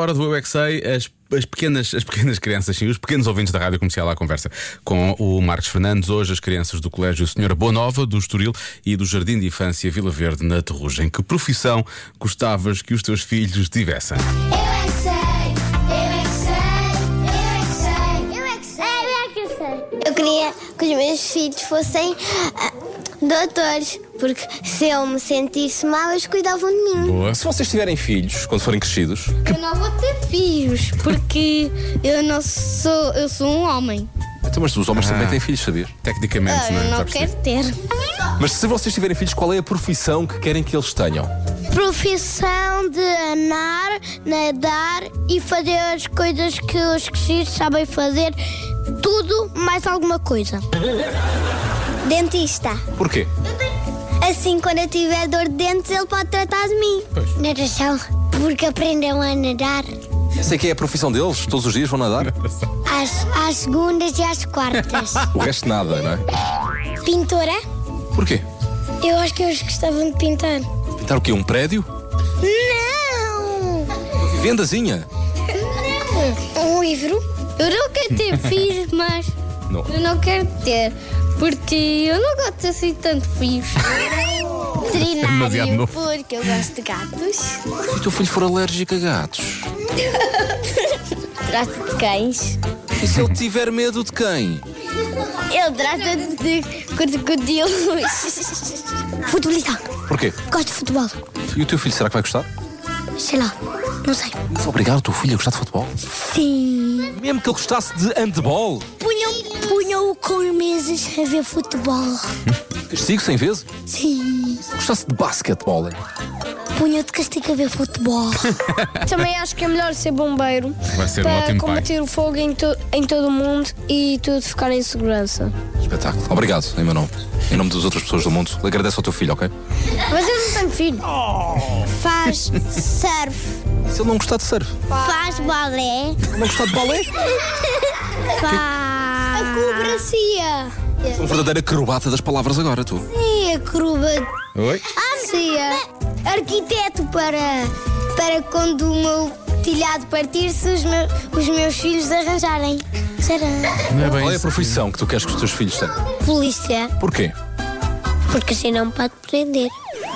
hora do Eu é que Sei, as pequenas crianças, sim, os pequenos ouvintes da Rádio Comercial à conversa com o Marcos Fernandes. Hoje as crianças do Colégio Senhora Boa Nova, do Estoril, e do Jardim de Infância Vila Verde, na Terrugem. Que profissão gostavas que os teus filhos tivessem? Eu é que sei, eu é que sei, eu é que sei, eu é que sei, eu é que sei. Eu queria que os meus filhos fossem doutores, porque se eu me sentisse mal, eles cuidavam de mim. Boa. Se vocês tiverem filhos, quando forem crescidos, Eu não vou ter filhos, porque eu sou um homem. então, mas os homens também têm filhos, sabias? Tecnicamente, não é? Eu Já não percebi. quero ter. Mas se vocês tiverem filhos, qual é a profissão que querem que eles tenham? Profissão de nadar e fazer as coisas que os crescidos sabem fazer, tudo mais alguma coisa. Dentista. Porquê? Assim, quando eu tiver dor de dentes, ele pode tratar de mim. Pois. Natação, porque aprendem a nadar Essa é que é a profissão deles? Todos os dias vão nadar? às segundas e às quartas. O resto nada, não é? Pintora? Porquê? Eu acho que eles gostavam de pintar. Pintar o quê? Um prédio? Não! Uma vivendazinha? Um livro? Eu não quero ter filhos, mas Não. eu não quero ter, porque eu não gosto de assim tanto filhos. Demasiado Veterinário, novo. porque eu gosto de gatos. Se o teu filho for alérgico a gatos? Trata de cães. E se ele tiver medo de quem? Ele trata de crocodilos. Futebolista. Porquê? Gosto de futebol. E o teu filho, será que vai gostar? Sei lá, não sei. Mas obrigar o teu filho a gostar de futebol? Sim. Mesmo que ele gostasse de handball? Punham-o com mesas a ver futebol. Castigo 100 vezes? Sim. Se gostasse de basquetebol? Punham de castigo a ver futebol. Também acho que é melhor ser bombeiro Vai ser um para ótimo pai. combater o fogo em todo o mundo e tudo ficar em segurança. Espetáculo. Obrigado, em meu nome. Em nome das outras pessoas do mundo. Agradeço ao teu filho, ok? Mas eu não tenho filho. Faz surf. Se ele não gostar de surf, Faz balé. não gostar de balé, Faz acrobacia. uma verdadeira acrobata das palavras agora, tu. E acrobacia. Oi? Arquiteto para quando o meu telhado partir-se, os meus filhos arranjarem. Será? Não é bem Qual é a isso. profissão que tu queres que os teus filhos tenham? Polícia. Porquê? Porque assim não pode prender.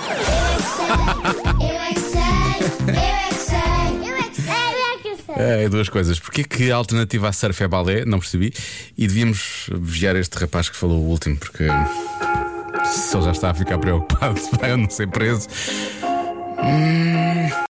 Eu é que sei, eu é que sei, eu é que sei, eu é que sei. É, duas coisas. Porquê que a alternativa a surf é balé? Não percebi. E devíamos vigiar este rapaz que falou o último, porque se ele já está a ficar preocupado, se vai ou não ser preso.